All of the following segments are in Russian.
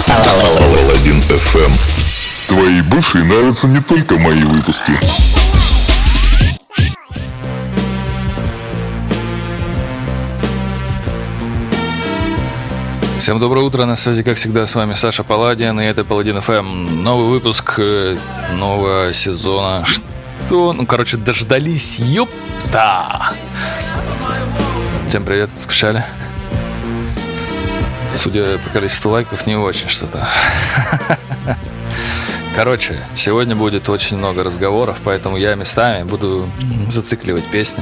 Паладин FM. Твоей бывшей нравятся не только мои выпуски. Всем доброе утро, на связи, как всегда, с вами Саша Паладин, и это Паладин FM. Новый выпуск нового сезона. Что? Дождались, ёпта! Всем привет, скучали? Судя по количеству лайков, не очень что-то. Сегодня будет очень много разговоров, поэтому я местами буду зацикливать песни.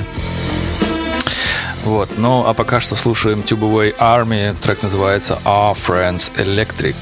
Ну а пока что слушаем Tubeway Army, трек называется Our Friends Electric.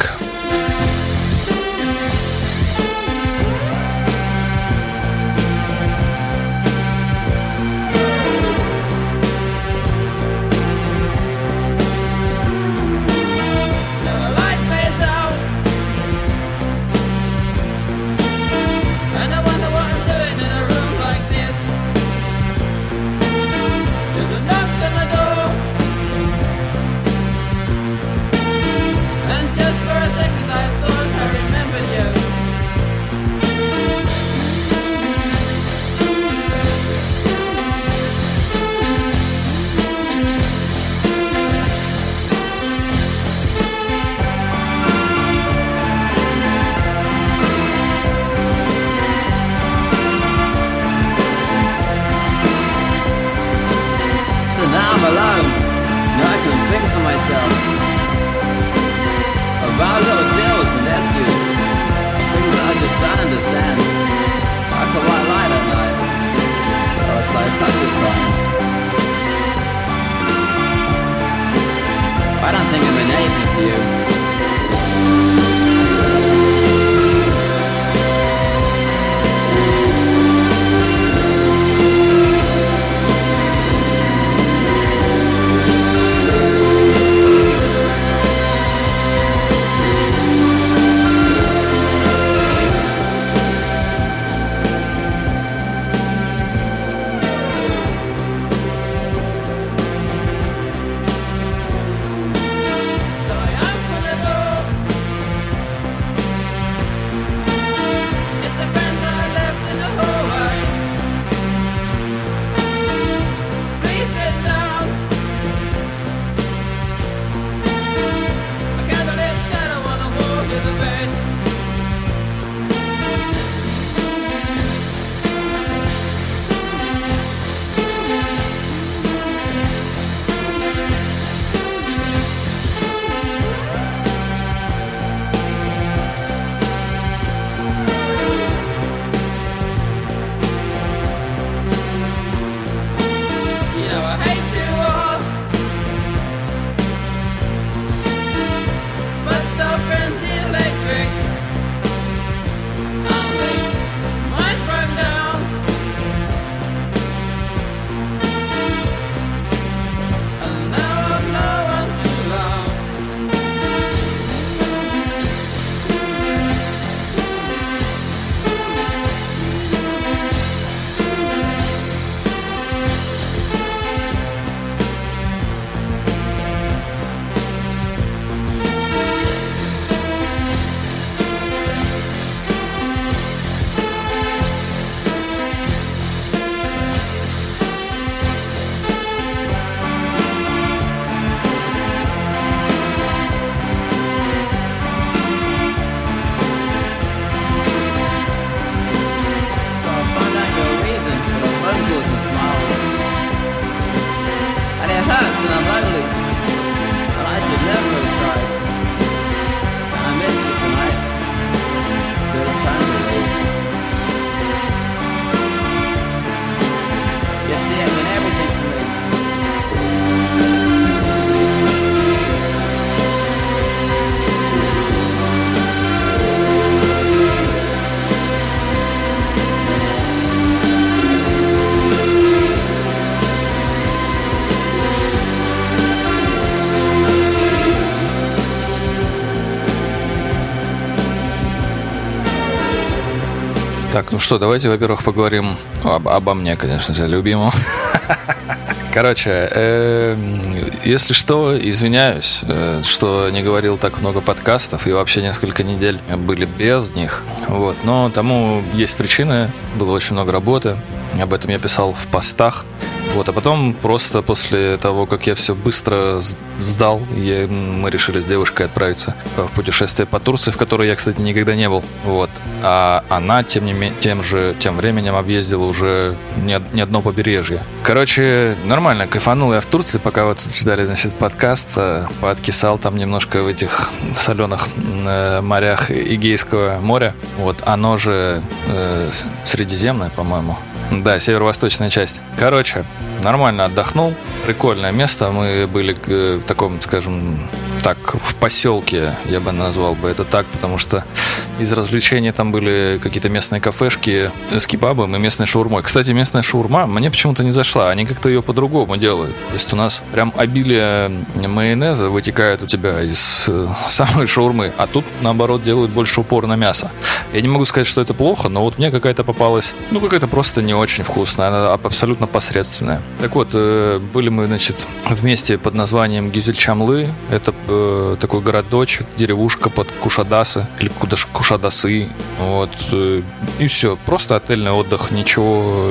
Так, давайте, во-первых, поговорим обо мне, конечно же, любимом. Короче, если что, извиняюсь, что не говорил так много подкастов, и вообще несколько недель были без них. Вот. Но тому есть причины, было очень много работы, об этом я писал в постах. Вот, а потом просто после того, как я все быстро сдал, мы решили с девушкой отправиться в путешествие по Турции, в которой я, кстати, никогда не был. Вот. А она тем временем объездила уже не одно побережье. Короче, нормально, кайфанул я в Турции, пока вот ждали, значит, подкаст, пооткисал там немножко в этих соленых морях Эгейского моря. Вот, оно же Средиземное, по-моему. Да, северо-восточная часть. Короче, нормально отдохнул. Прикольное место. Мы были в таком, скажем так, в поселке, я бы назвал бы это так, потому что из развлечений там были какие-то местные кафешки с кебабом и местной шаурмой. Кстати, местная шаурма мне почему-то не зашла. Они как-то ее по-другому делают. То есть у нас прям обилие майонеза вытекает у тебя из самой шаурмы, а тут, наоборот, делают больше упор на мясо. Я не могу сказать, что это плохо, но вот мне какая-то попалась, какая-то просто не очень вкусная, она абсолютно посредственная. Так вот, были мы, значит, вместе под названием Гюзельчамлы. Это такой городочек, деревушка под Кушадасы, или Кушадасы. Вот. И все, просто отельный отдых, ничего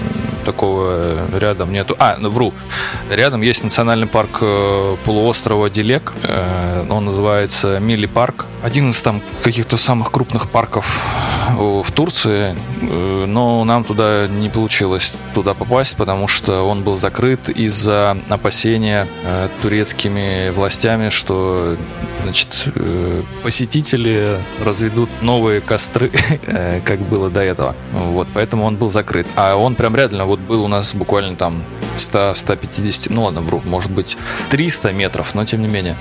такого рядом нету. Вру. Рядом есть национальный парк полуострова Дилек. Он называется Милли парк. Один из там каких-то самых крупных парков в Турции, но нам туда не получилось попасть, потому что он был закрыт из-за опасения турецкими властями, что, значит, посетители разведут новые костры, как было до этого. Вот, поэтому он был закрыт. А он прям реально вот был у нас буквально там 100-150, может быть 300 метров, но тем не менее.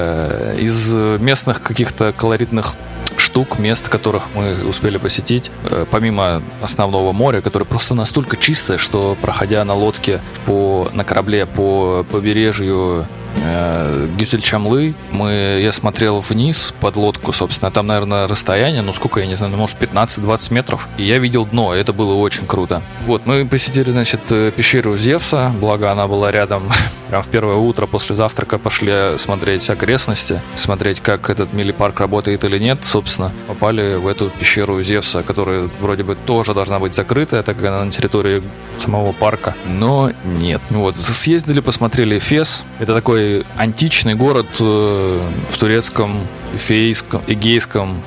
Из местных каких-то колоритных штук, мест, которых мы успели посетить, помимо основного моря, которое просто настолько чистое, что, проходя на лодке на корабле по побережью Гюзельчамлы, я смотрел вниз под лодку, собственно, там, наверное, расстояние, сколько, я не знаю, может 15-20 метров, и я видел дно, это было очень круто. Вот, мы посетили, значит, пещеру Зевса, благо она была рядом, прям в первое утро после завтрака пошли смотреть окрестности, смотреть, как этот милли-парк работает или нет, собственно, попали в эту пещеру Зевса, которая вроде бы тоже должна быть закрытая, так как она на территории самого парка, но нет. Вот, съездили, посмотрели Эфес, это такой античный город в турецком Эгейском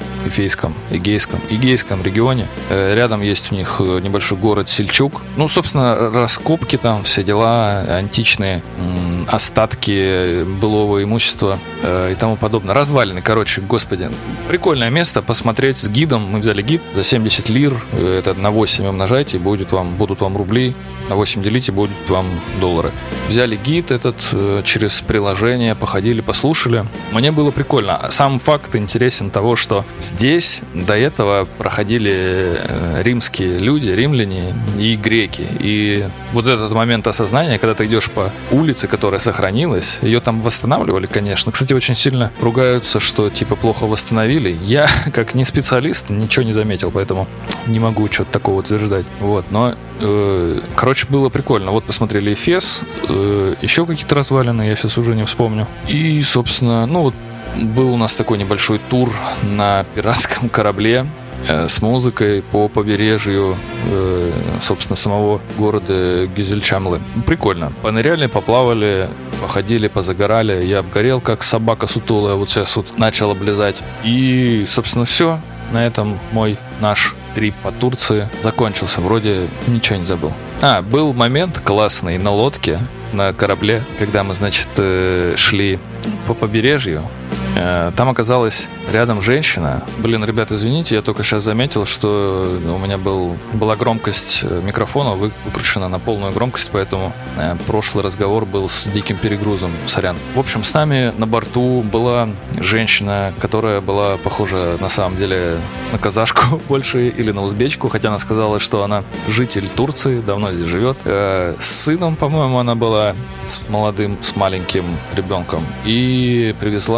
регионе. Рядом есть у них небольшой город Сельчук. Собственно, раскопки там, все дела, античные остатки былого имущества и тому подобное. Развалины, короче, господи. Прикольное место, посмотреть с гидом. Мы взяли гид за 70 лир. Это на 8 умножайте, будут вам рубли. На 8 делите, будут вам доллары. Взяли гид этот через приложение, походили, послушали. Мне было прикольно. Сам факт интересен того, что здесь до этого проходили римские люди, римляне и греки. И вот этот момент осознания, когда ты идешь по улице, которая сохранилась, ее там восстанавливали, конечно. Кстати, очень сильно ругаются, что типа плохо восстановили. Я, как не специалист, ничего не заметил, поэтому не могу что-то такого утверждать. Вот, но короче, было прикольно. Вот посмотрели Эфес, еще какие-то развалины, я сейчас уже не вспомню. И, собственно, был у нас такой небольшой тур на пиратском корабле с музыкой по побережью, собственно, самого города Гюзельчамлы. Прикольно. Поныряли, поплавали, походили, позагорали. Я обгорел, как собака сутулая. Вот сейчас вот начал облизать. И, собственно, все. На этом наш трип по Турции закончился. Вроде ничего не забыл. Был момент классный на лодке, на корабле, когда мы, значит, шли по побережью. Там оказалась рядом женщина. Ребят, извините, я только сейчас заметил, что у меня была громкость микрофона выкручена на полную громкость, поэтому прошлый разговор был с диким перегрузом. Сорян. В общем, с нами на борту была женщина, которая была похожа на самом деле на казашку больше или на узбечку, хотя она сказала, что она житель Турции, давно здесь живет. С сыном, по-моему, она была, с маленьким ребенком. И привезла она туда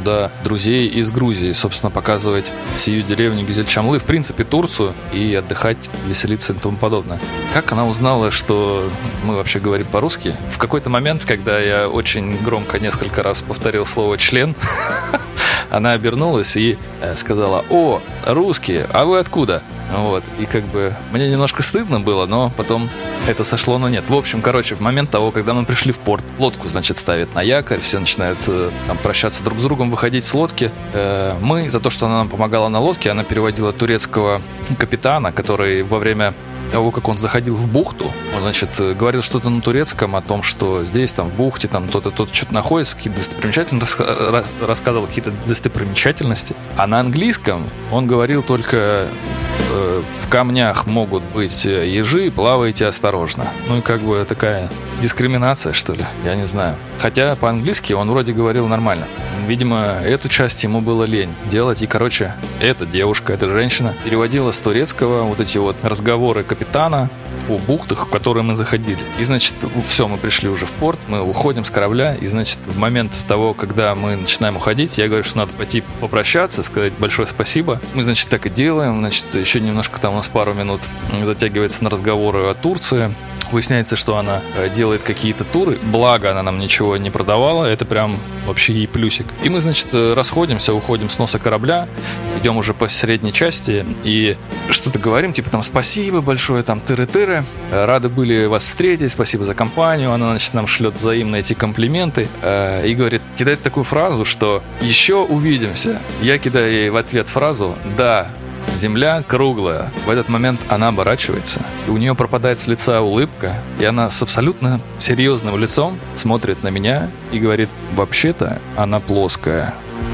туда друзей из Грузии, собственно, показывать сию деревню Гюзельчамлы, в принципе, Турцию, и отдыхать, веселиться и тому подобное. Как она узнала, что мы вообще говорим по-русски? В какой-то момент, когда я очень громко несколько раз повторил слово «член», она обернулась и сказала: «О, русские, а вы откуда?» Вот, и как бы мне немножко стыдно было, но потом это сошло на нет. В общем, в момент того, когда мы пришли в порт, лодку, значит, ставят на якорь, все начинают там прощаться друг с другом, выходить с лодки. Мы, за то, что она нам помогала на лодке, она переводила турецкого капитана, который во время того, как он заходил в бухту, он, значит, говорил что-то на турецком о том, что здесь, там, в бухте, там, то-то что-то находится, какие-то достопримечательности, рассказывал какие-то достопримечательности. А на английском он говорил только: в камнях могут быть ежи, плавайте осторожно. Ну и как бы такая дискриминация, что ли, я не знаю. Хотя по-английски он вроде говорил нормально. Видимо, эту часть ему было лень делать. И, эта девушка, эта женщина переводила с турецкого вот эти вот разговоры капитана о бухтах, в которые мы заходили. И, значит, все, мы пришли уже в порт, мы уходим с корабля, и, значит, в момент того, когда мы начинаем уходить, я говорю, что надо пойти попрощаться, сказать большое спасибо. Мы, значит, так и делаем, значит, еще немножко там у нас пару минут затягивается на разговоры о Турции. Выясняется, что она делает какие-то туры, благо она нам ничего не продавала, это прям вообще ей плюсик. И мы, значит, расходимся, уходим с носа корабля, идем уже по средней части и что-то говорим, типа там: спасибо большое, там тыры-тыры, рады были вас встретить, спасибо за компанию. Она, значит, нам шлет взаимно эти комплименты и говорит, кидает такую фразу, что еще увидимся. Я кидаю ей в ответ фразу: да, земля круглая. В этот момент она оборачивается, и у нее пропадает с лица улыбка, и она с абсолютно серьезным лицом смотрит на меня и говорит: вообще-то она плоская.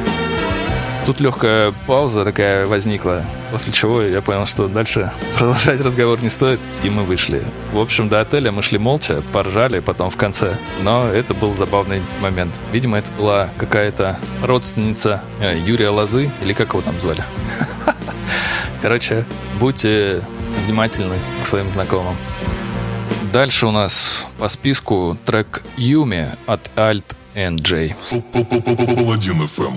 Тут легкая пауза такая возникла, после чего я понял, что дальше продолжать разговор не стоит, и мы вышли. В общем, до отеля мы шли молча, поржали потом в конце, но это был забавный момент. Видимо, это была какая-то родственница Юрия Лозы, или как его там звали. Будьте внимательны к своим знакомым. Дальше у нас по списку трек «Юми» от Alt NJ. Паладин FM.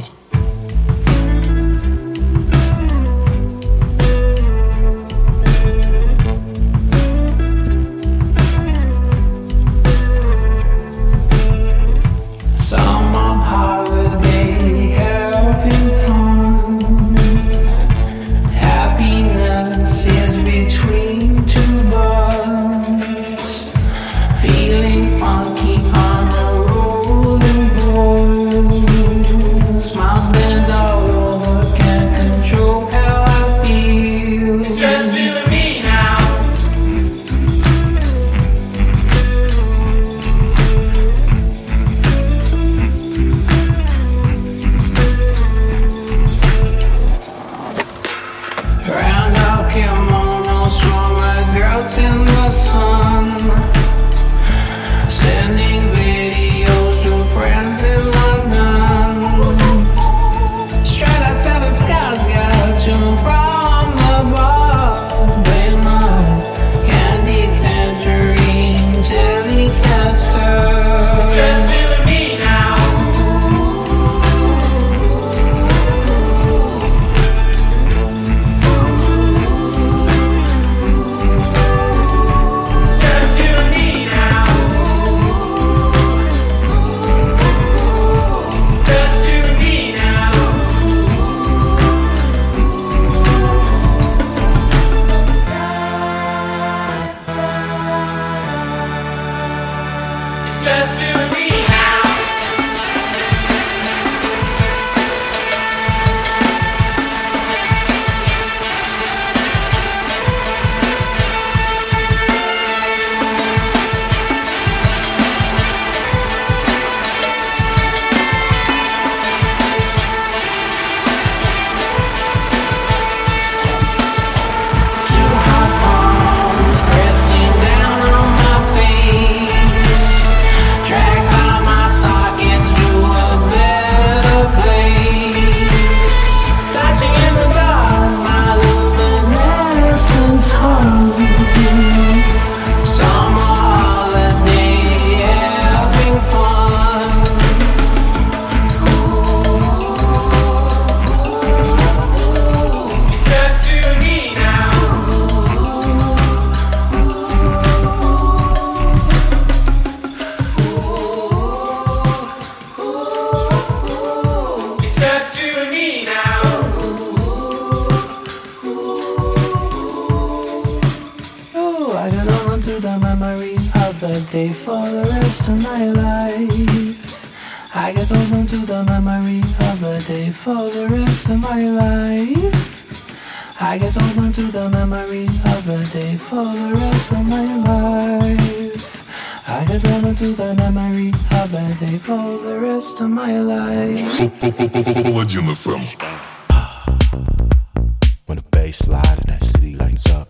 day for the rest of my life. I get open to the memory of a day for the rest of my life. I get open to the memory of a day for the rest of my life. I get open to the memory of a day for the rest of my life. Паладин FM. When the bass slide and that city lights up,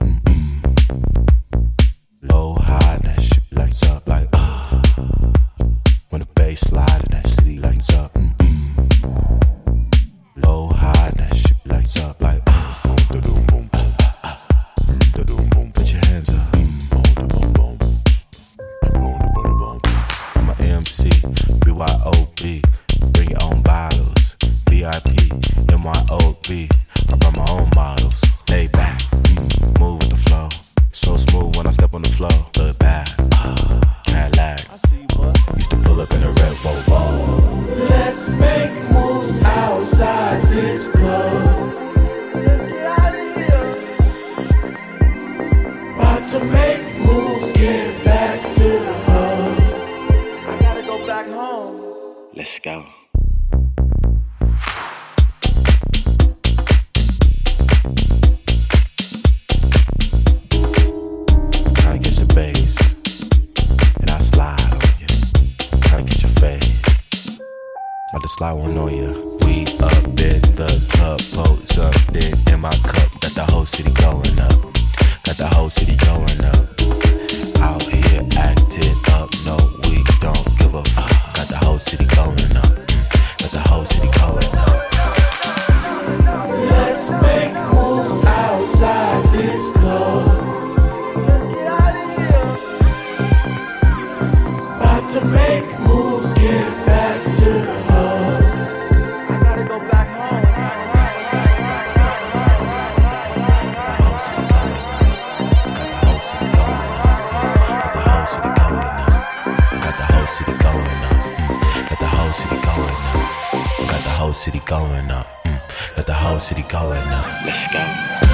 low, high, and that shit lights up like when the bass slide and that city lights up, low, high, and that shit lights up like boom, boom, boom. Put your hands up, boom, boom, boom, boom, boom. I'm an MC, BYOB, bring your own bottles, VIP, MYOB. I brought my own models, lay back, move with the flow. So smooth when I step on the floor, look back, Cadillac. Used to pull up in a red Volvo. Let's make moves outside this club. Let's get out of here. About to make moves, get back to the hub. I gotta go back home. Let's go. The slide won't know ya. We up in the club, pose up, dick in my cup. Got the whole city going up. Got the whole city going up. Out here acting up, no, we don't give a fuck. Got the whole city going up. Got the whole city going up. Let's make moves outside this club. Let's get out of here. About to make moves, get back to the hub. I gotta go back home. Got the whole city going up. Got the whole city going up. Got the whole city going up. Got the whole city going up. Got the whole city going up. Let's go.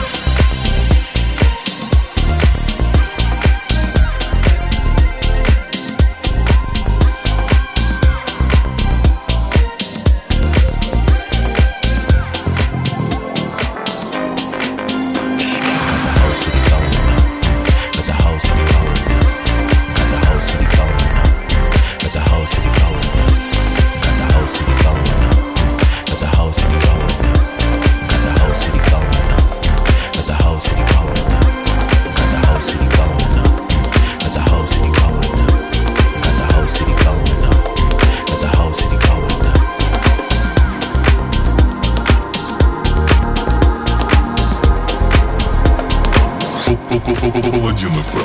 Паладин FM.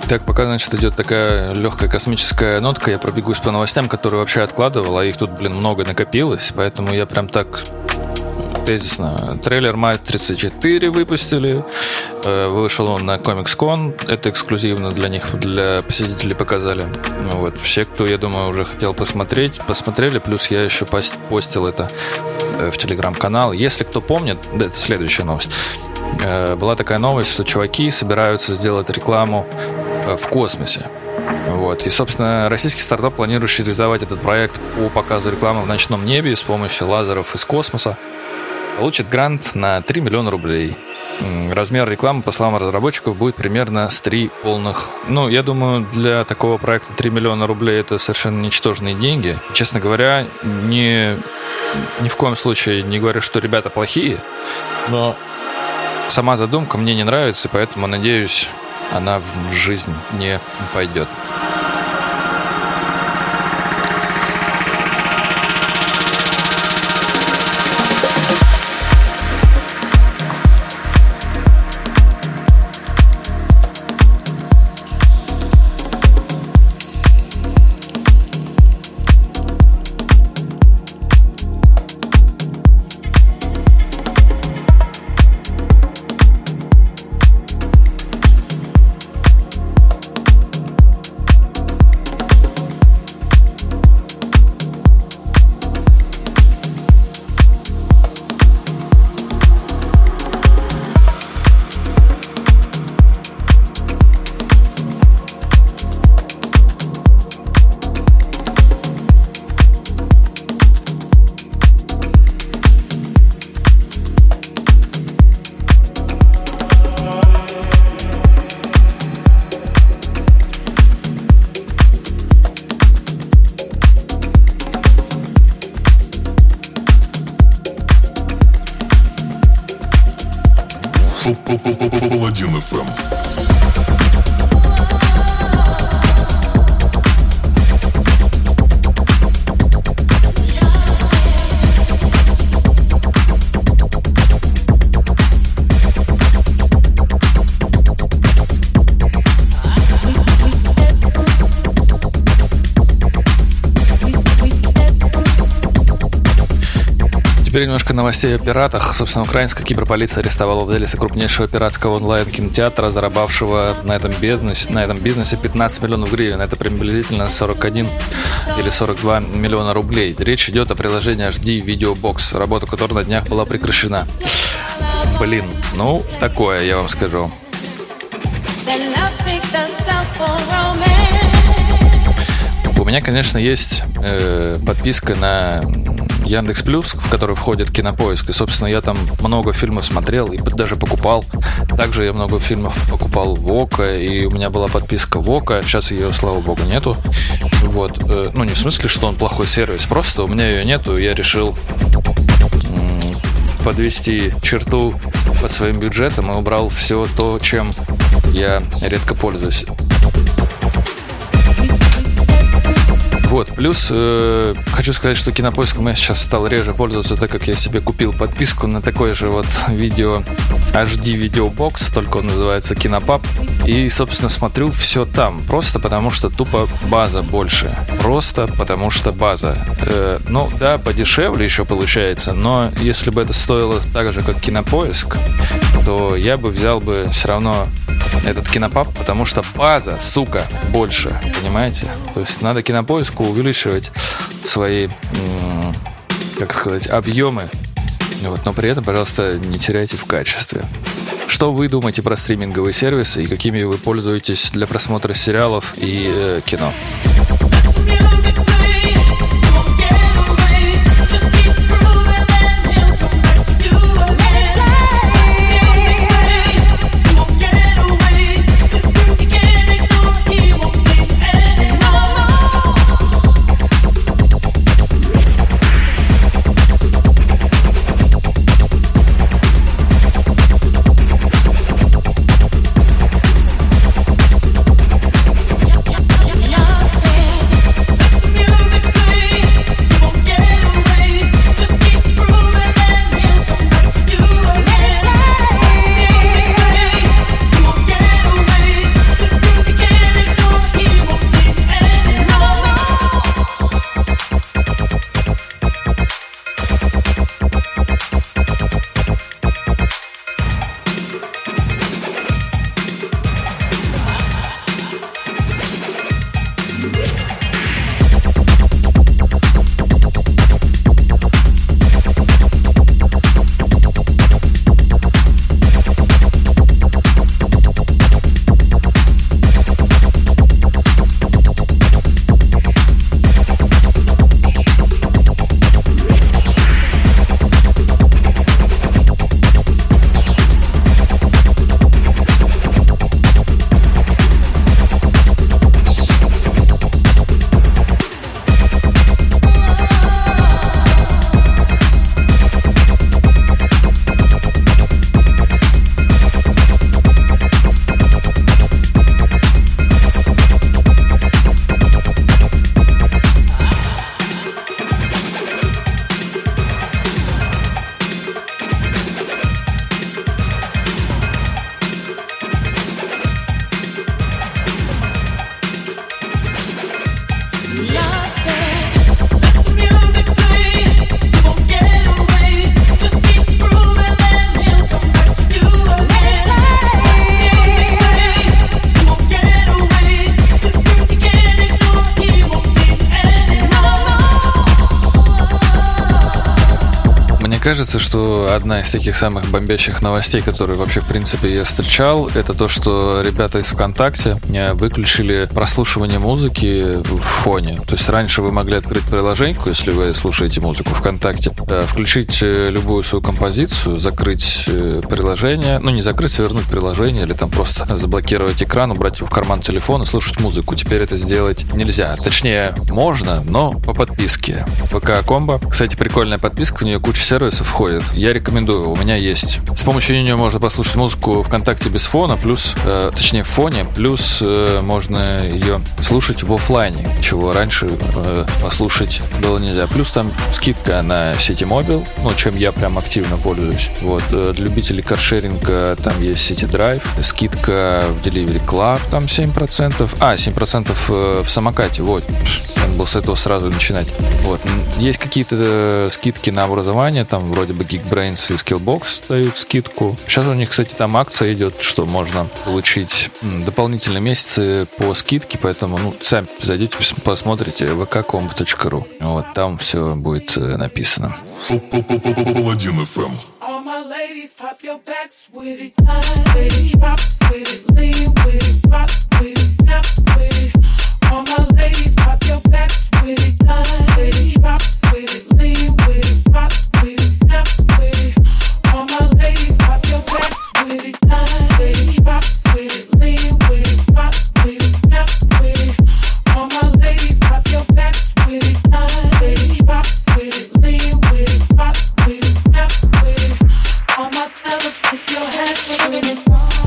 Так, пока, значит, идет такая легкая космическая нотка, я пробегусь по новостям, которые вообще откладывал, а их тут, много накопилось, поэтому я прям так тезисно. Трейлер «Матрицы 4» выпустили, вышел он на Comics-Con, это эксклюзивно для них, для посетителей показали. Вот. Все, кто, я думаю, уже хотел посмотреть, посмотрели, плюс я еще постил это в телеграм-канал. Если кто помнит, да, это следующая новость. Была такая новость, что чуваки собираются сделать рекламу в космосе. Вот. И, собственно, российский стартап, планирующий реализовать этот проект по показу рекламы в ночном небе с помощью лазеров из космоса, получит грант на 3 миллиона рублей. Размер рекламы, по словам разработчиков, будет примерно с 3 полных. Я думаю, для такого проекта 3 миллиона рублей это совершенно ничтожные деньги. Честно говоря, ни в коем случае не говорю, что ребята плохие, но сама задумка мне не нравится, поэтому, надеюсь, она в жизнь не пойдет. Паладин FM. Теперь немножко новостей о пиратах. Собственно, украинская киберполиция арестовала владельца крупнейшего пиратского онлайн-кинотеатра, зарабатывавшего на этом бизнесе 15 миллионов гривен. Это приблизительно 41 или 42 миллиона рублей. Речь идет о приложении HD Video Box, работа которой на днях была прекращена. Такое, я вам скажу. У меня, конечно, есть подписка на Яндекс.Плюс, в который входит Кинопоиск. И, собственно, я там много фильмов смотрел и даже покупал. Также я много фильмов покупал в ОКО, и у меня была подписка в ОКО. Сейчас ее, слава богу, нету. Вот. Не в смысле, что он плохой сервис, просто у меня ее нету. Я решил подвести черту под своим бюджетом и убрал все то, чем я редко пользуюсь. Вот, плюс хочу сказать, что Кинопоиском я сейчас стал реже пользоваться, так как я себе купил подписку на такой же вот видео HD видеобокс, только он называется Кинопаб. И, собственно, смотрю все там, просто потому что тупо база больше. Просто потому что база. Да, подешевле еще получается, но если бы это стоило так же, как Кинопоиск, то я бы взял бы все равно этот Кинопаб, потому что база, сука, больше, понимаете? То есть надо Кинопоиску увеличивать свои, объемы, но при этом, пожалуйста, не теряйте в качестве. Что вы думаете про стриминговые сервисы и какими вы пользуетесь для просмотра сериалов и кино? Say кажется, что одна из таких самых бомбящих новостей, которые вообще, в принципе, я встречал, это то, что ребята из ВКонтакте выключили прослушивание музыки в фоне. То есть раньше вы могли открыть приложеньку, если вы слушаете музыку ВКонтакте, включить любую свою композицию, закрыть приложение, ну не закрыть, а вернуть приложение или там просто заблокировать экран, убрать его в карман телефона, слушать музыку. Теперь это сделать нельзя. Точнее, можно, но по подписке. ВК Комбо. Кстати, прикольная подписка, в нее куча сервисов входит. Я рекомендую, у меня есть. С помощью нее можно послушать музыку ВКонтакте без фона, плюс, точнее в фоне, плюс можно ее слушать в офлайне, чего раньше послушать было нельзя. Плюс там скидка на Ситимобил, ну, чем я прям активно пользуюсь. Вот. Для любителей каршеринга там есть City Drive, скидка в Delivery Club, там 7%. 7% в самокате, вот. Надо было с этого сразу начинать. Вот. Есть какие-то скидки на образование, там вроде бы Geekbrains и Skillbox дают скидку. Сейчас у них, кстати, там акция идет, что можно получить дополнительные месяцы по скидке, поэтому, сами зайдите, посмотрите vk.comb.ru. Вот, там все будет написано. Паладин FM. All my ladies, pop your backs with it. Ladies, drop with it, lean with it, rock with it, snap with it. All my ladies, pop your backs with it. Ladies, drop with it, lean with it, rock with it, snap with it. All my ladies, pop your backs with it. Ladies, drop with it, lean with it, rock with it, snap with it. All my ladies, pop your backs with it. Ladies, drop with it, lean with it, rock with it, snap with it. All my fellas, put your hands with it.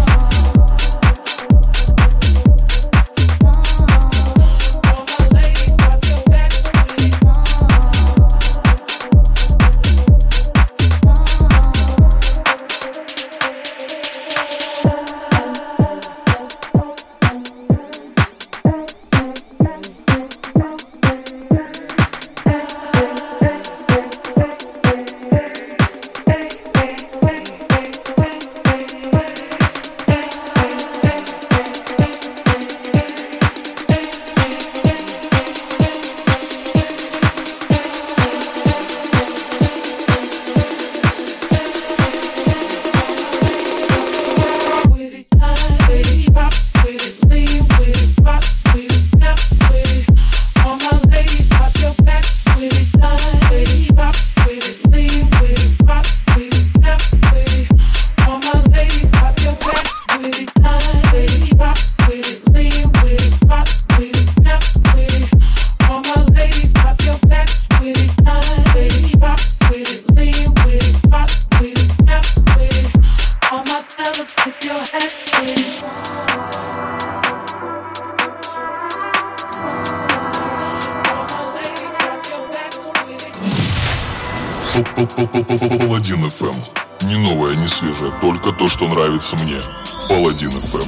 Паладин FM. Не новое, не свежее, только то, что нравится мне. Паладин FM.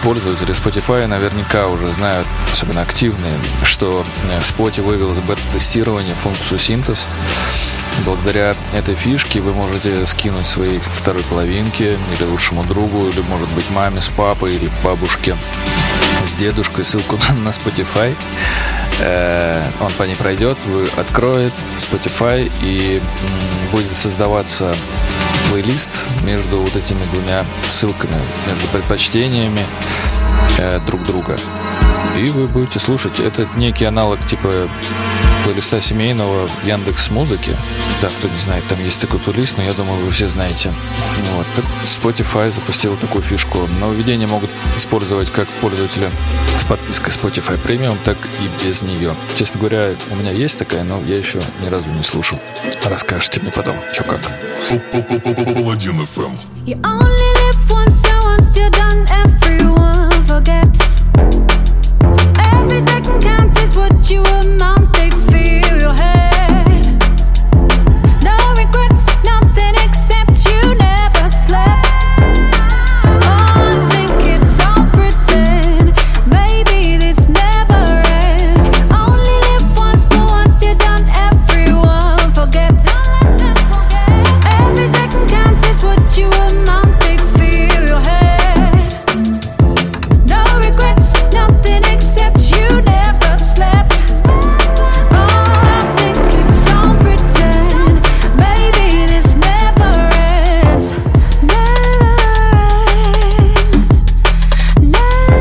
пользователи Spotify наверняка уже знают, особенно активные, что Spotify вывел из бета-тестирования функцию синтез. Благодаря этой фишке вы можете скинуть своей второй половинке или лучшему другу, или, может быть, маме с папой, или бабушке с дедушкой ссылку на Spotify. Он по ней пройдет, откроет Spotify, и будет создаваться плейлист между вот этими двумя ссылками, между предпочтениями друг друга. И вы будете слушать. Это некий аналог типа плейлиста семейного в Яндекс.Музыке. Да, кто не знает, там есть такой плейлист, но я думаю, вы все знаете. Вот. Так Spotify запустил такую фишку. Нововведения могут использовать как пользователи с подпиской Spotify Premium, так и без нее. Честно говоря, у меня есть такая, но я еще ни разу не слушал. Расскажете мне потом, что как. Паладин FM. You only live once, so once you're done, everyone forgets. Every second counts is what you amount, they fill your head. No regrets, nothing except you never slept. Oh, I think it's all pretend, maybe this never ends. Only live once, but once you're done, everyone forgets. Every second counts is what you amount, they fill your head. No regrets, nothing except you never slept. Oh, I think it's all pretend, maybe this never ends. Never ends. Never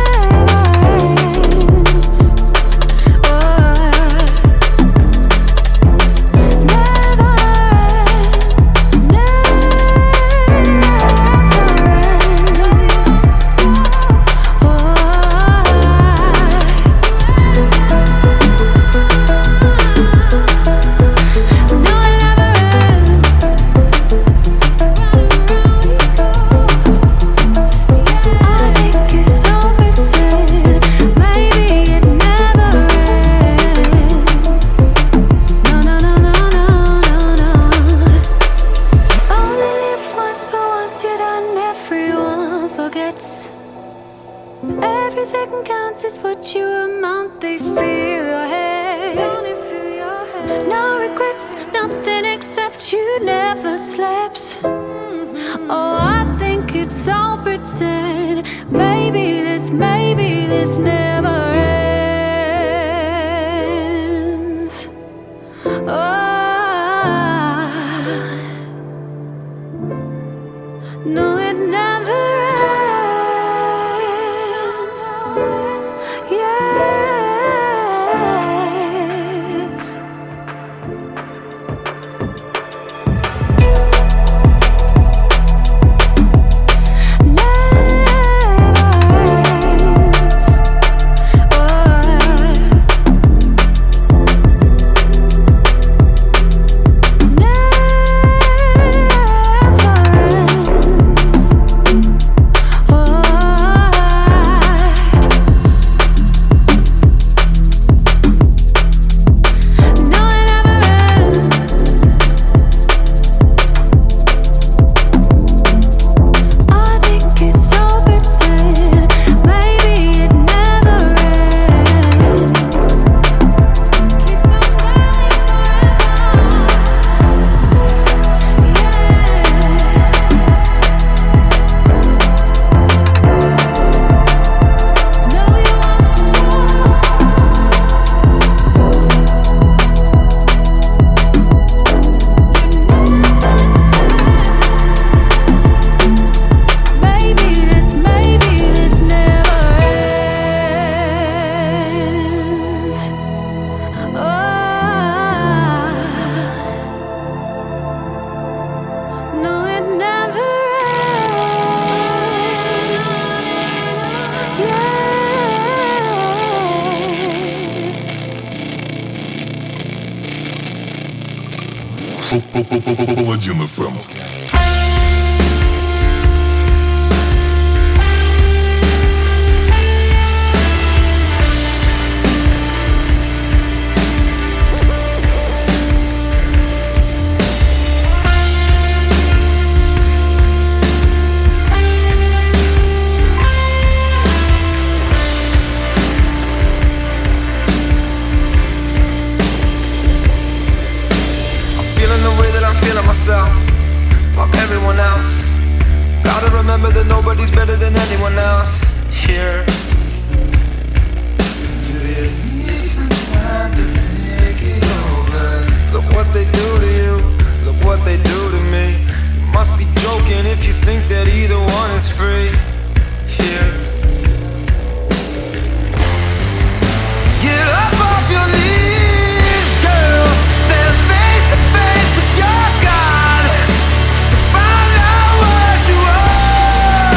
ends. Every second counts is what you amount, they fill your head. No regrets, nothing except you never slept. Oh, I think it's all pretend, maybe this never ends. No, it never ends. Yes. Never ends. Паладин FM. nobody's better than anyone else here. Do you need some time to think it over? Look what they do to you, look what they do to me. You must be joking if you think that either one is free here. Get up off your knees, girl. Stand face to face with your God. Find out what you are.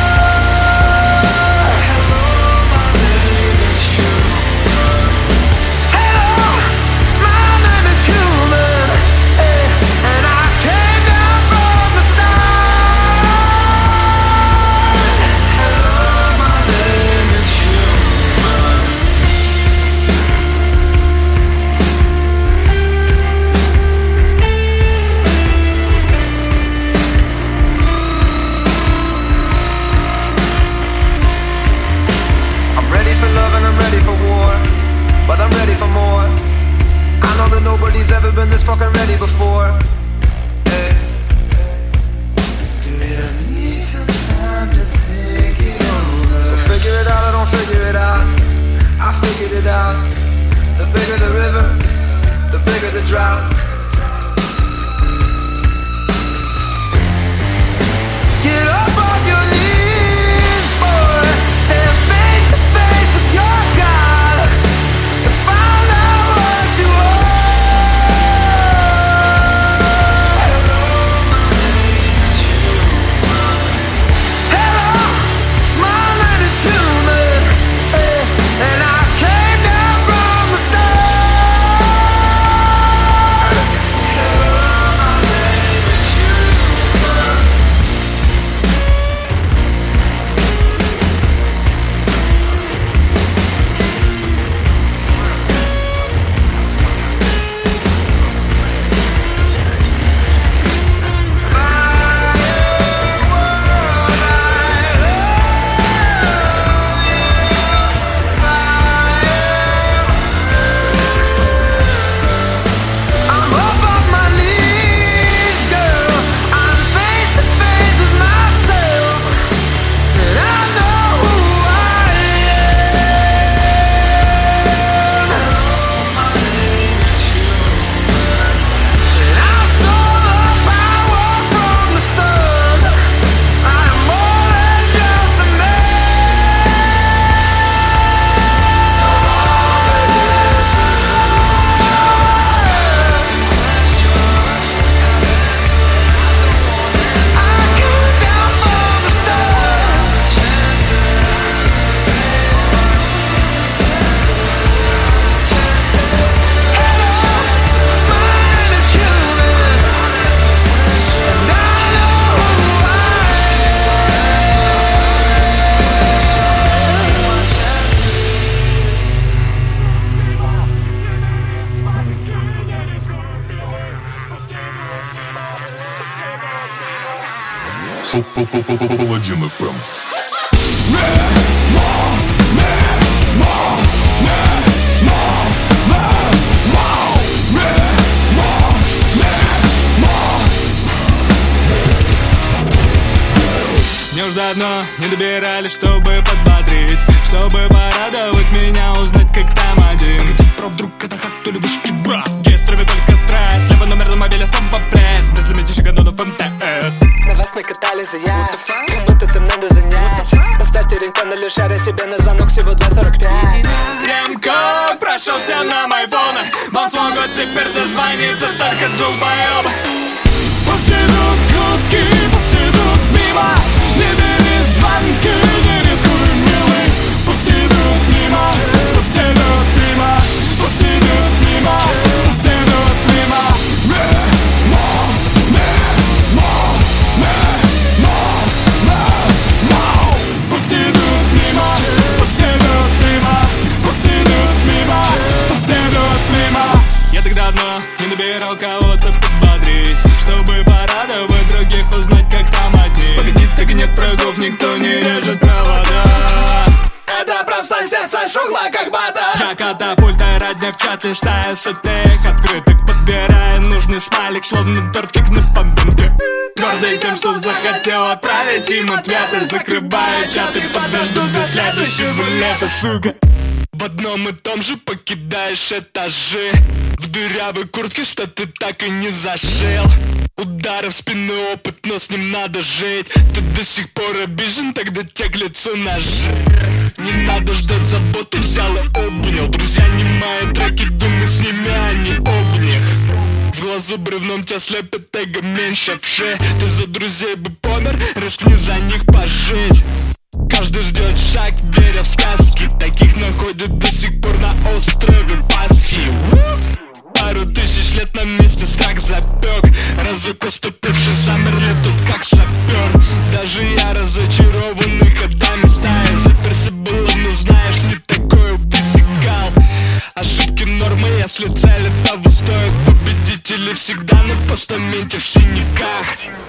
Hello, my name is human. Hello, my name is human. Hey, and I came down from the stars. Hello, my name is human. I'm ready for love and I'm ready for war, but I'm ready for more. I know that nobody's ever been this fucking ready before. Hey. Do you need some time to think it over? So figure it out or don't figure it out. I figured it out. The bigger the river, the bigger the drought. Get up off your knees, boy. Stand face to face with your God and find out what you are. Hello, my name is human. Hello, my name is human. Hey, and I came down from the stars. Hello, my name is human. I'm up on my knees, girl. I'm face to face with myself, and I know who I am. My name is human, and I stole the power from the sun. I'm more than just a I came down from the stars. Hello, my name is human, and I know who I Паладин FM. Мне уж давно не добирали, чтобы подбодрить, чтобы порадовать меня, узнать, как там один. Где про вдруг это хак, то ли вышки брат. Гестрами только стресс, левый номер на мобиле, снова пресс. Без лимити шагану в МТС. На вас накатали заявки, как будто там надо занять. Поставьте рингтон или шаря себе на звонок всего 2:45. Тем, как прошелся на майфонах, вам смогут теперь дозвониться только долбоёбы. Пусть идут гудки, пусть идут мимо. Не бери звонки, не рискуй, милый. Пусть идут мимо, пусть идут мимо. Пусть идут мимо, пусть идут мимо. Пусть идут мимо, пусть идут мимо. Пусть идут мимо, пусть идут мимо. Я так давно не набирал кого-то подбодрить, чтобы порадовать других, узнать, как там одни. Погоди, так нет врагов, никто не режет провода. Это просто сердце шугло, как бата. Я катапульта ради сегодня в чат листая сотых открыток, подбирая нужный смайлик, словно тортик на поминке. Гордый тем, что захотел отправить им ответы, закрываю чаты, подожду до следующего лета, сука. В одном и том же покидаешь этажи, в дырявой куртке, что ты так и не зашил. Удары в спину, опыт, но с ним надо жить. Ты до сих пор обижен, тогда те к лицу ножи. Не надо ждать заботы, взял и обнял. Друзья не мои треки, думай с ними, а не об них. В глазу бревном тебя слепит эго меньше вши. Ты за друзей бы помер, рискни за них пожить. Каждый ждет шаг, веря в сказки. Таких находят до сих пор на острове Пасхи. Пару тысяч лет на месте страх запек. Разок уступивший замерли тут как сапер. Даже я разочарованный ходами стаи. Заперся было, но знаешь, не такое высекал. Ошибки нормы, если цели того стоят. Победители всегда на постаменте в синяках.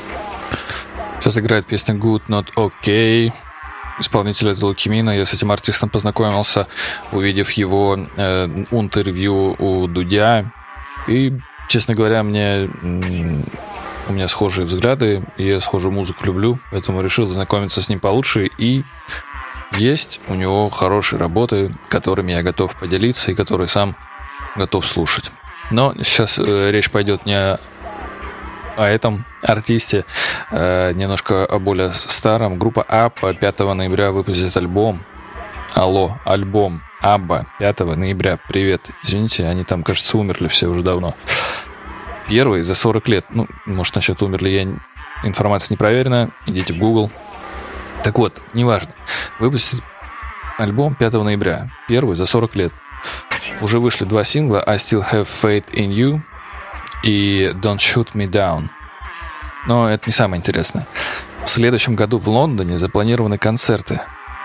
Сейчас играет песня Good Not Okay. Исполнитель это Лукимина. Я с этим артистом познакомился, увидев его интервью у Дудя. И, честно говоря, у меня схожие взгляды, и я схожую музыку люблю, поэтому решил знакомиться с ним получше. И есть у него хорошие работы, которыми я готов поделиться и которые сам готов слушать. Но сейчас речь пойдет не о этом артисте, немножко о более старом. Группа Абба 5 ноября выпустит альбом. Альбом Абба 5 ноября. Привет. Извините, они там, кажется, умерли все уже давно. Первый за 40 лет. Ну, может, насчет умерли информация не проверена. Идите в Google. Так вот, неважно. Выпустит альбом 5 ноября. Первый за 40 лет. Уже вышли 2 сингла I Still Have Faith in You и Don't Shoot Me Down. Но это не самое интересное. В следующем году в Лондоне запланированы концерты.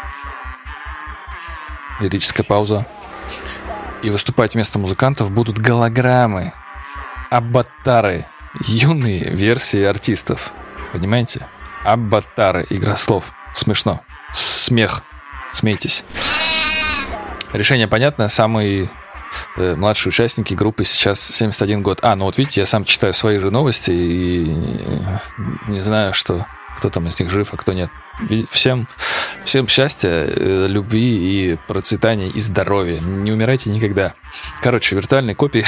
Лирическая пауза. И выступать вместо музыкантов будут голограммы, аватары, юные версии артистов. Понимаете? Аватары. Игра слов. Смешно. Смех. Смейтесь. Решение понятно. Самые младшие участники группы сейчас 71 год. Ну вот видите, я сам читаю свои же новости и не знаю, кто там из них жив, а кто нет. Всем счастья, любви и процветания и здоровья. Не умирайте никогда. Короче, виртуальные копии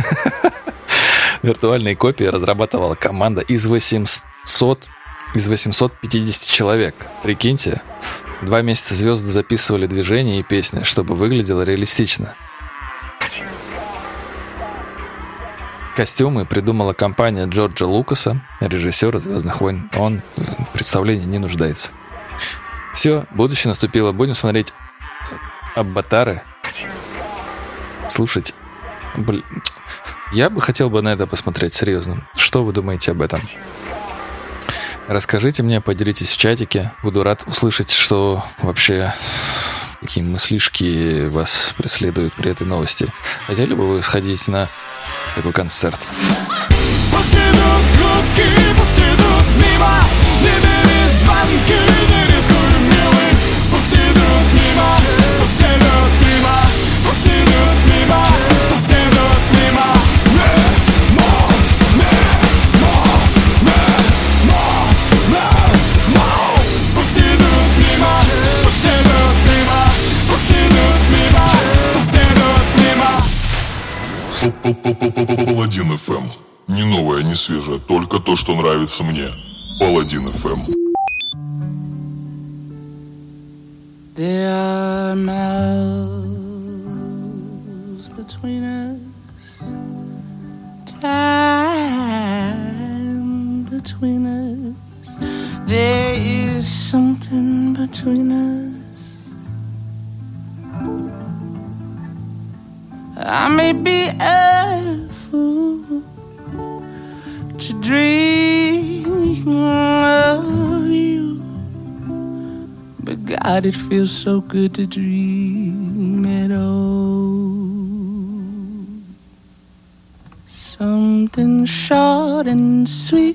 разрабатывала команда из 850 человек. Прикиньте, 2 месяца звезды записывали движения и песни, чтобы выглядело реалистично. Костюмы придумала компания Джорджа Лукаса, режиссера «Звездных войн». Он в представлении не нуждается. Все, будущее наступило. Будем смотреть аватары. Слушать. Я бы хотел на это посмотреть, серьезно. Что вы думаете об этом? Расскажите мне, поделитесь в чатике. Буду рад услышать, что вообще, какие мыслишки вас преследуют при этой новости. Хотели бы вы сходить на такой концерт? Пусть идут гудки, пусть идут мимо. Не бери звонки, не рискуй, милый. Пусть идут мимо, пусть идут мимо. Пусть идут мимо, пусть идут мимо. Пусть идут мимо, пусть идут мимо. Пусть идут мимо, пусть идут мимо. Паладин FM. Не новое, не свежее, только то, что нравится мне. Паладин FM. There are miles between us, time between us. There is something between us. I may be a fool to dream of you, but God, it feels so good to dream at all. Something short and sweet.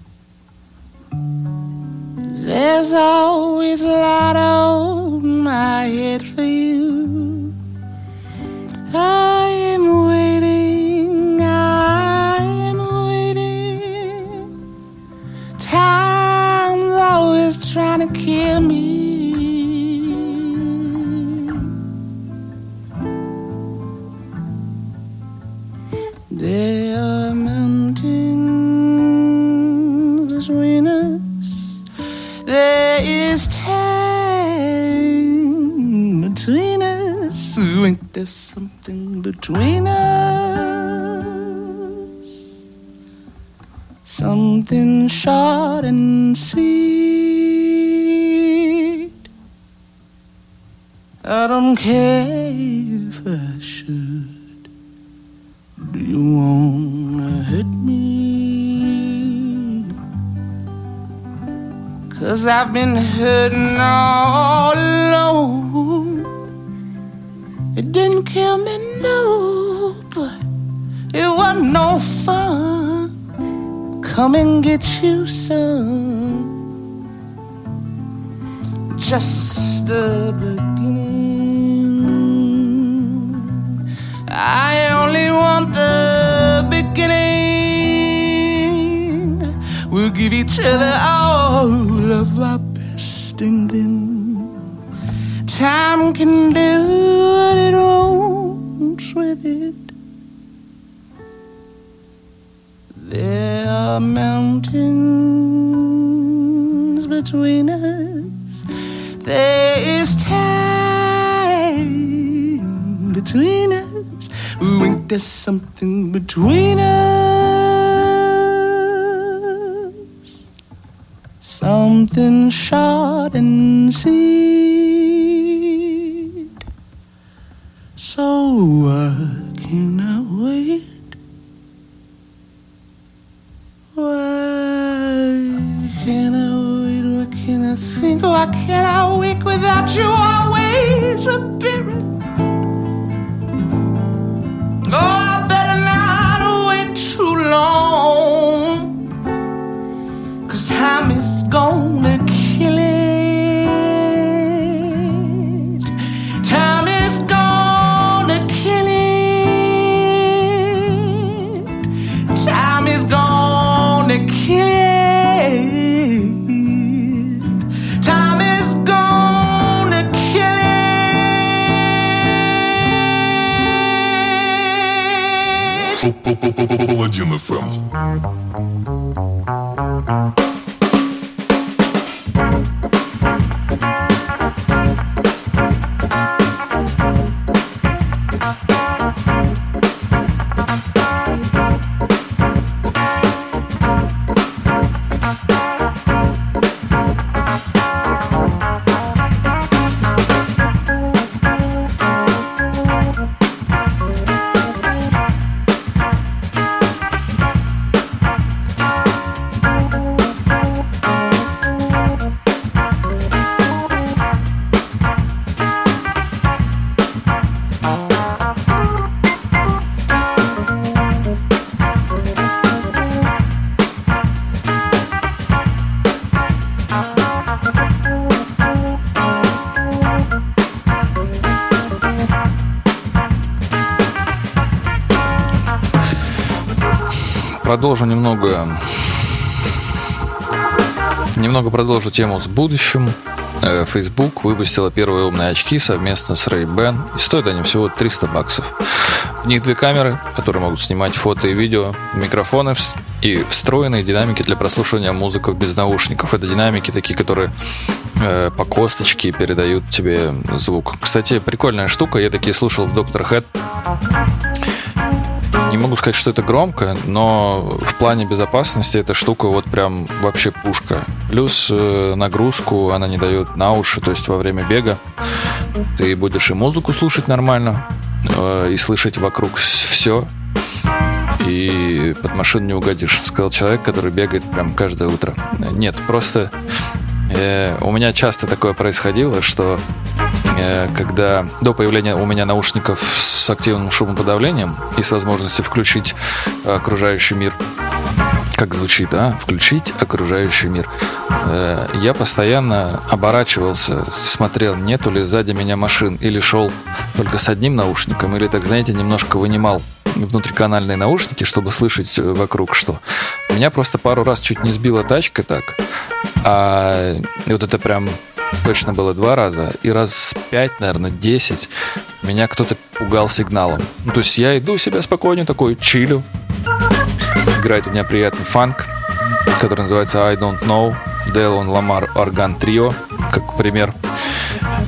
There's always a lot on my head for you. I am Ain't there something between us? Something short and sweet. I don't care if I should. Do you wanna hurt me? 'Cause I've been hurting all alone. It didn't kill me, no, but it wasn't no fun. Come and get you some. Just the beginning. I only want the beginning. We'll give each other all of our best, and then time can do what it wants with it. There are mountains between us. There is time between us. Ooh, ain't there something between us? Something short and sweet. So why can I wait? Why can I wait? Why can I think? Why can I wake without you always appearing? Oh, I better not wait too long, 'cause time is gonna kill it. Time is gonna kill it. Time is gonna kill it. Time is gonna kill it. Паладин FM. Продолжу немного продолжу тему с будущим. Facebook выпустила первые умные очки совместно с Ray-Ban, и стоят они всего $300. В них 2 камеры, которые могут снимать фото и видео, микрофоны и встроенные динамики для прослушивания музыки без наушников. Это динамики такие, которые по косточке передают тебе звук. Кстати, прикольная штука, я такие слушал в Dr. Head. Не могу сказать, что это громко, но в плане безопасности эта штука вот прям вообще пушка. Плюс нагрузку она не дает на уши, то есть во время бега ты будешь и музыку слушать нормально, и слышать вокруг все, и под машину не угодишь, сказал человек, который бегает прям каждое утро. Нет, просто у меня часто такое происходило, что когда до появления у меня наушников с активным шумоподавлением и с возможностью включить окружающий мир, как звучит, включить окружающий мир, я постоянно оборачивался, смотрел, нету ли сзади меня машин, или шел только с одним наушником, или, так знаете, немножко вынимал внутриканальные наушники, чтобы слышать вокруг что. Меня просто пару раз чуть не сбила тачка так, и вот это прям точно было 2 раза, и раз 5, наверное, 10 меня кто-то пугал сигналом. Ну, то есть я иду себя спокойно, такой чилю. Играет у меня приятный фанк, который называется I Don't Know, Делон Ламар Орган Трио, как пример.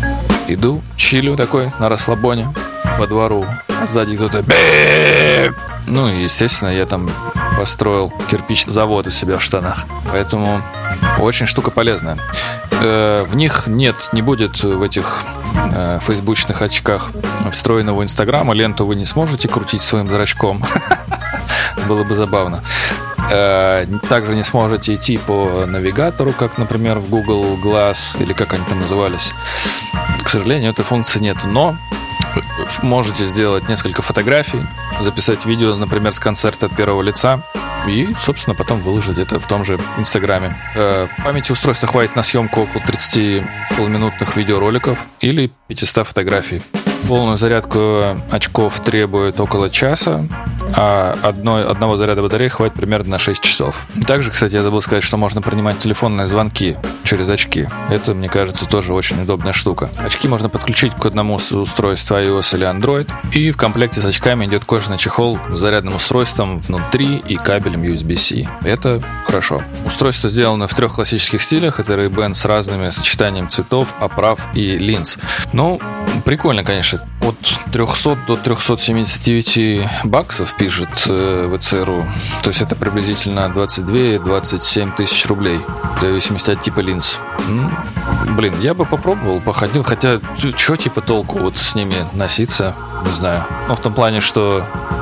Иду, чилю такой на расслабоне по двору, а сзади кто-то бэп. Ну и, естественно, я там построил кирпичный завод у себя в штанах. Поэтому очень штука полезная. В них не будет в этих фейсбучных очках встроенного Инстаграма. Ленту вы не сможете крутить своим зрачком. Было бы забавно. Также не сможете идти по навигатору, как, например, в Google Glass, или как они там назывались. К сожалению, этой функции нет. Но можете сделать несколько фотографий, записать видео, например, с концерта от первого лица и, собственно, потом выложить это в том же Инстаграме. Памяти устройства хватит на съемку около 30 полуминутных видеороликов или 500 фотографий. Полную зарядку очков требует около часа, а одного заряда батареи хватит примерно на 6 часов. Также, кстати, я забыл сказать, что можно принимать телефонные звонки через очки. Это, мне кажется, тоже очень удобная штука. Очки можно подключить к одному устройству iOS или Android. И в комплекте с очками идет кожаный чехол с зарядным устройством внутри и кабелем USB-C. Это хорошо. Устройство сделано в 3 классических стилях. Это Ray-Ban с разными сочетанием цветов, оправ и линз. Ну, прикольно, конечно. От 300 до 379 баксов пишет ВЦРУ. То есть это приблизительно 22-27 тысяч рублей. В зависимости от типа линз. Блин, я бы попробовал, походил. Хотя, что типа толку вот с ними носиться? Не знаю. Но в том плане, что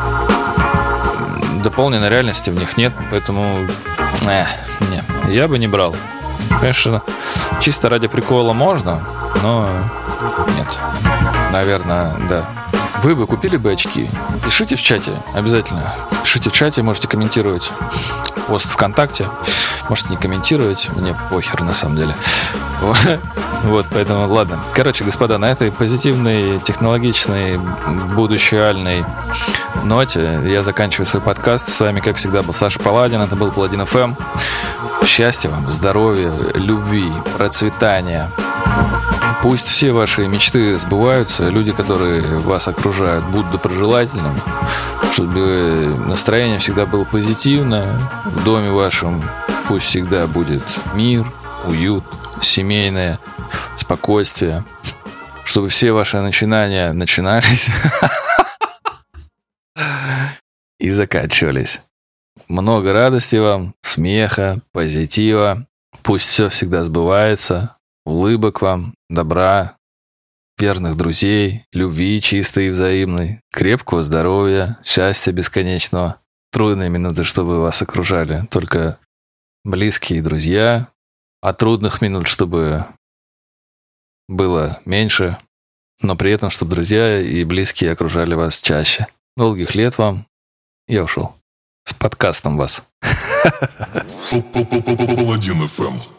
дополненной реальности в них нет. Поэтому, не, я бы не брал. Конечно, чисто ради прикола можно, но нет. Наверное, да. Вы бы купили бы очки? Пишите в чате, обязательно. Пишите в чате, можете комментировать пост ВКонтакте. Можете не комментировать, мне похер на самом деле. Вот, поэтому ладно. Короче, господа, на этой позитивной, технологичной, будущеальной ноте я заканчиваю свой подкаст. С вами, как всегда, был Саша Паладин. Это был Паладин FM. Счастья вам, здоровья, любви, процветания. Пусть все ваши мечты сбываются, люди, которые вас окружают, будут доброжелательными, чтобы настроение всегда было позитивное, в доме вашем пусть всегда будет мир, уют, семейное спокойствие, чтобы все ваши начинания начинались и заканчивались. Много радости вам, смеха, позитива, пусть все всегда сбывается. Улыбок вам, добра, верных друзей, любви чистой и взаимной, крепкого здоровья, счастья бесконечного. Трудные минуты, чтобы вас окружали только близкие друзья, а трудных минут, чтобы было меньше, но при этом, чтобы друзья и близкие окружали вас чаще. Долгих лет вам. Я ушел. С подкастом вас. Паладин FM.